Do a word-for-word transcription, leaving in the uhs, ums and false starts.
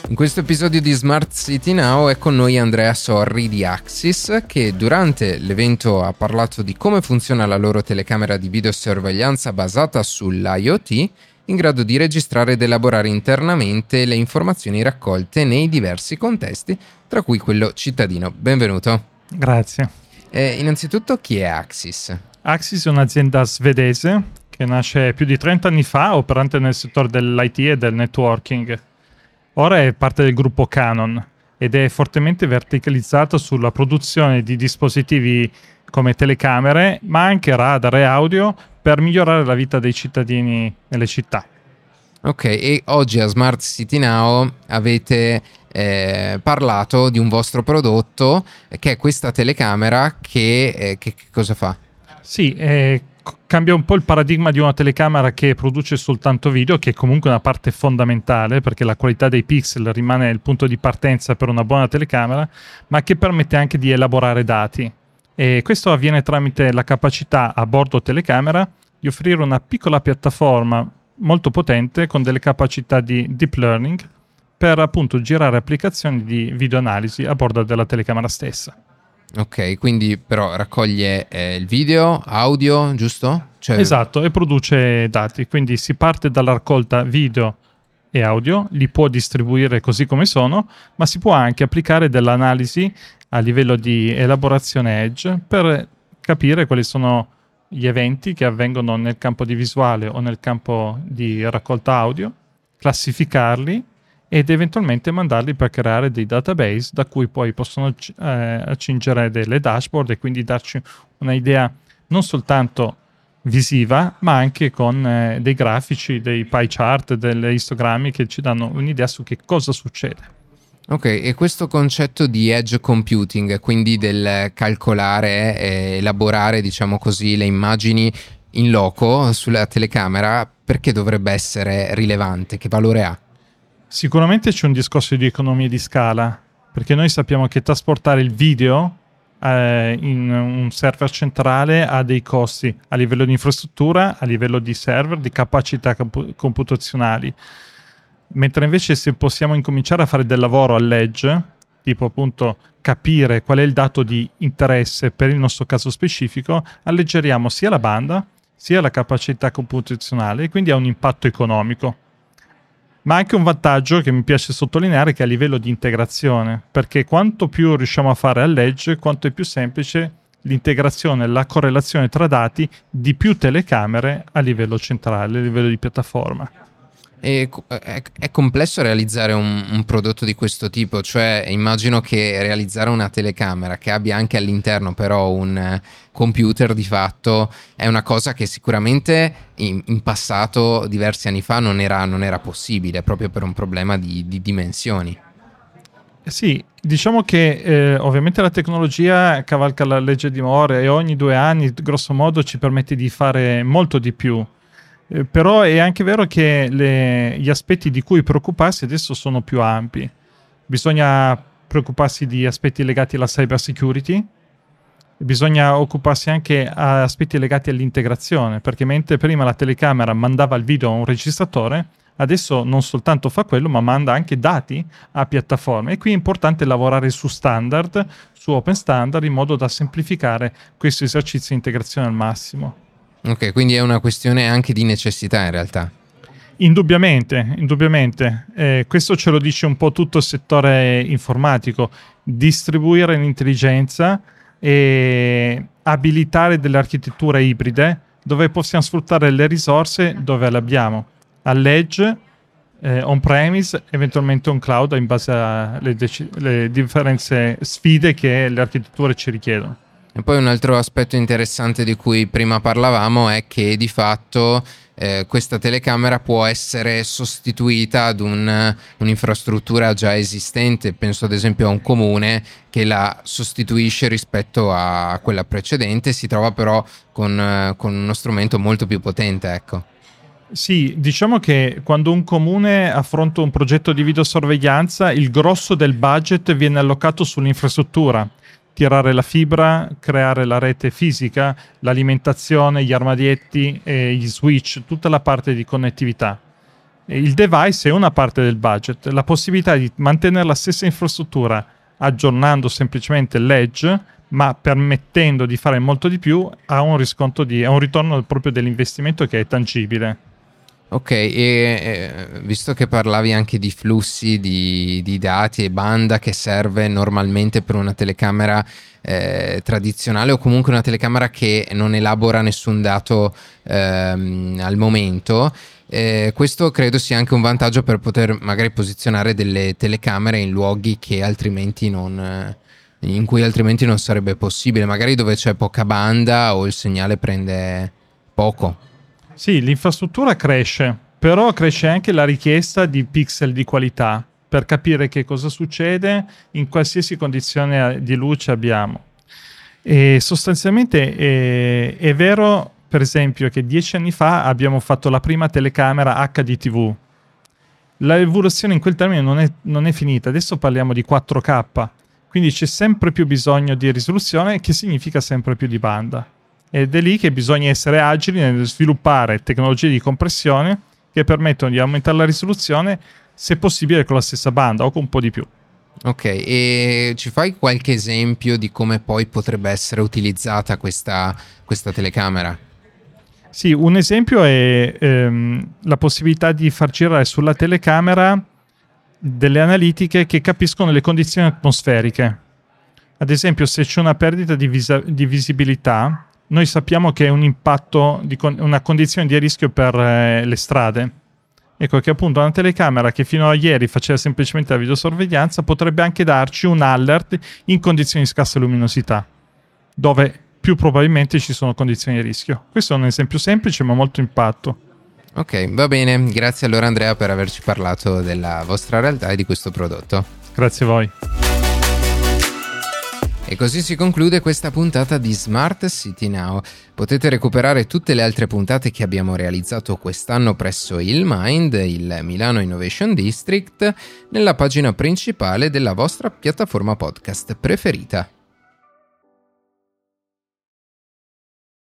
In questo episodio di Smart City Now è con noi Andrea Sorri di Axis, che durante l'evento ha parlato di come funziona la loro telecamera di videosorveglianza basata sull'IoT, in grado di registrare ed elaborare internamente le informazioni raccolte nei diversi contesti, tra cui quello cittadino. Benvenuto. Grazie. Eh, innanzitutto, chi è Axis? Axis è un'azienda svedese che nasce più di trenta anni fa, operante nel settore dell'I T e del networking. Ora è parte del gruppo Canon ed è fortemente verticalizzato sulla produzione di dispositivi come telecamere, ma anche radar e audio per migliorare la vita dei cittadini nelle città. Ok, e oggi a Smart City Now avete eh, parlato di un vostro prodotto eh, che è questa telecamera che, eh, che, che cosa fa? Sì, eh, cambia un po' il paradigma di una telecamera che produce soltanto video, che è comunque una parte fondamentale perché la qualità dei pixel rimane il punto di partenza per una buona telecamera, ma che permette anche di elaborare dati. E questo avviene tramite la capacità a bordo telecamera di offrire una piccola piattaforma molto potente con delle capacità di deep learning per appunto girare applicazioni di videoanalisi a bordo della telecamera stessa. Ok, quindi però raccoglie eh, il video, audio, giusto? Cioè... Esatto, e produce dati, quindi si parte dalla raccolta video e audio, li può distribuire così come sono, ma si può anche applicare dell'analisi a livello di elaborazione edge per capire quali sono gli eventi che avvengono nel campo di visuale o nel campo di raccolta audio, classificarli ed eventualmente mandarli per creare dei database da cui poi possono eh, accingere delle dashboard e quindi darci un'idea non soltanto visiva, ma anche con eh, dei grafici, dei pie chart, degli histogrammi che ci danno un'idea su che cosa succede. Ok, e questo concetto di edge computing, quindi del calcolare e elaborare, diciamo così, le immagini in loco sulla telecamera, perché dovrebbe essere rilevante? Che valore ha? Sicuramente c'è un discorso di economia di scala, perché noi sappiamo che trasportare il video eh, in un server centrale ha dei costi a livello di infrastruttura, a livello di server, di capacità comp- computazionali. Mentre invece se possiamo incominciare a fare del lavoro all'edge, tipo appunto capire qual è il dato di interesse per il nostro caso specifico, alleggeriamo sia la banda sia la capacità computazionale e quindi ha un impatto economico. Ma anche un vantaggio che mi piace sottolineare che è a livello di integrazione, perché quanto più riusciamo a fare all'edge, quanto è più semplice l'integrazione, la correlazione tra dati di più telecamere a livello centrale, a livello di piattaforma. E è, è complesso realizzare un, un prodotto di questo tipo, cioè immagino che realizzare una telecamera che abbia anche all'interno però un computer di fatto è una cosa che sicuramente in, in passato, diversi anni fa, non era, non era possibile proprio per un problema di, di dimensioni. Sì, diciamo che eh, ovviamente la tecnologia cavalca la legge di Moore e ogni due anni grosso modo ci permette di fare molto di più. Eh, però è anche vero che le, gli aspetti di cui preoccuparsi adesso sono più ampi. Bisogna preoccuparsi di aspetti legati alla cyber security, bisogna occuparsi anche a aspetti legati all'integrazione, perché mentre prima la telecamera mandava il video a un registratore, adesso non soltanto fa quello, ma manda anche dati a piattaforme. E qui è importante lavorare su standard, su open standard, in modo da semplificare questo esercizio di integrazione al massimo. Ok, quindi è una questione anche di necessità in realtà. Indubbiamente, indubbiamente. Eh, questo ce lo dice un po' tutto il settore informatico. Distribuire l'intelligenza e abilitare delle architetture ibride dove possiamo sfruttare le risorse dove le abbiamo. All'edge, eh, on-premise, eventualmente on cloud in base alle dec- le differenze sfide che le architetture ci richiedono. E poi un altro aspetto interessante di cui prima parlavamo è che di fatto eh, questa telecamera può essere sostituita ad un, un'infrastruttura già esistente. Penso ad esempio a un comune che la sostituisce rispetto a quella precedente, si trova però con, eh, con uno strumento molto più potente, ecco. Sì, diciamo che quando un comune affronta un progetto di videosorveglianza, il grosso del budget viene allocato sull'infrastruttura. Tirare la fibra, creare la rete fisica, l'alimentazione, gli armadietti, e gli switch, tutta la parte di connettività. Il device è una parte del budget, la possibilità di mantenere la stessa infrastruttura aggiornando semplicemente l'edge, ma permettendo di fare molto di più, ha un riscontro di, ha un ritorno proprio dell'investimento che è tangibile. Ok, e eh, visto che parlavi anche di flussi di, di dati e banda che serve normalmente per una telecamera eh, tradizionale o comunque una telecamera che non elabora nessun dato ehm, al momento, eh, questo credo sia anche un vantaggio per poter magari posizionare delle telecamere in luoghi che altrimenti non... Eh, in cui altrimenti non sarebbe possibile, magari dove c'è poca banda o il segnale prende poco. Sì, l'infrastruttura cresce, però cresce anche la richiesta di pixel di qualità per capire che cosa succede in qualsiasi condizione di luce abbiamo. E sostanzialmente è, è vero, per esempio, che dieci anni fa abbiamo fatto la prima telecamera acca di tivù. L'evoluzione in quel termine non è, non è finita, adesso parliamo di quattro K. Quindi c'è sempre più bisogno di risoluzione, che significa sempre più di banda. Ed è lì che bisogna essere agili nel sviluppare tecnologie di compressione che permettono di aumentare la risoluzione, se possibile con la stessa banda o con un po' di più. Ok, e ci fai qualche esempio di come poi potrebbe essere utilizzata questa, questa telecamera? Sì, un esempio è ehm, la possibilità di far girare sulla telecamera delle analitiche che capiscono le condizioni atmosferiche. Ad esempio, se c'è una perdita di, visa- di visibilità, noi sappiamo che è un impatto, di con- una condizione di rischio per eh, le strade. Ecco che appunto una telecamera che fino a ieri faceva semplicemente la videosorveglianza potrebbe anche darci un alert in condizioni di scarsa luminosità, dove più probabilmente ci sono condizioni di rischio. Questo è un esempio semplice ma molto impatto. Ok, va bene, grazie allora Andrea per averci parlato della vostra realtà e di questo prodotto. Grazie a voi. E così si conclude questa puntata di Smart City Now. Potete recuperare tutte le altre puntate che abbiamo realizzato quest'anno presso il Mind, il Milano Innovation District, nella pagina principale della vostra piattaforma podcast preferita.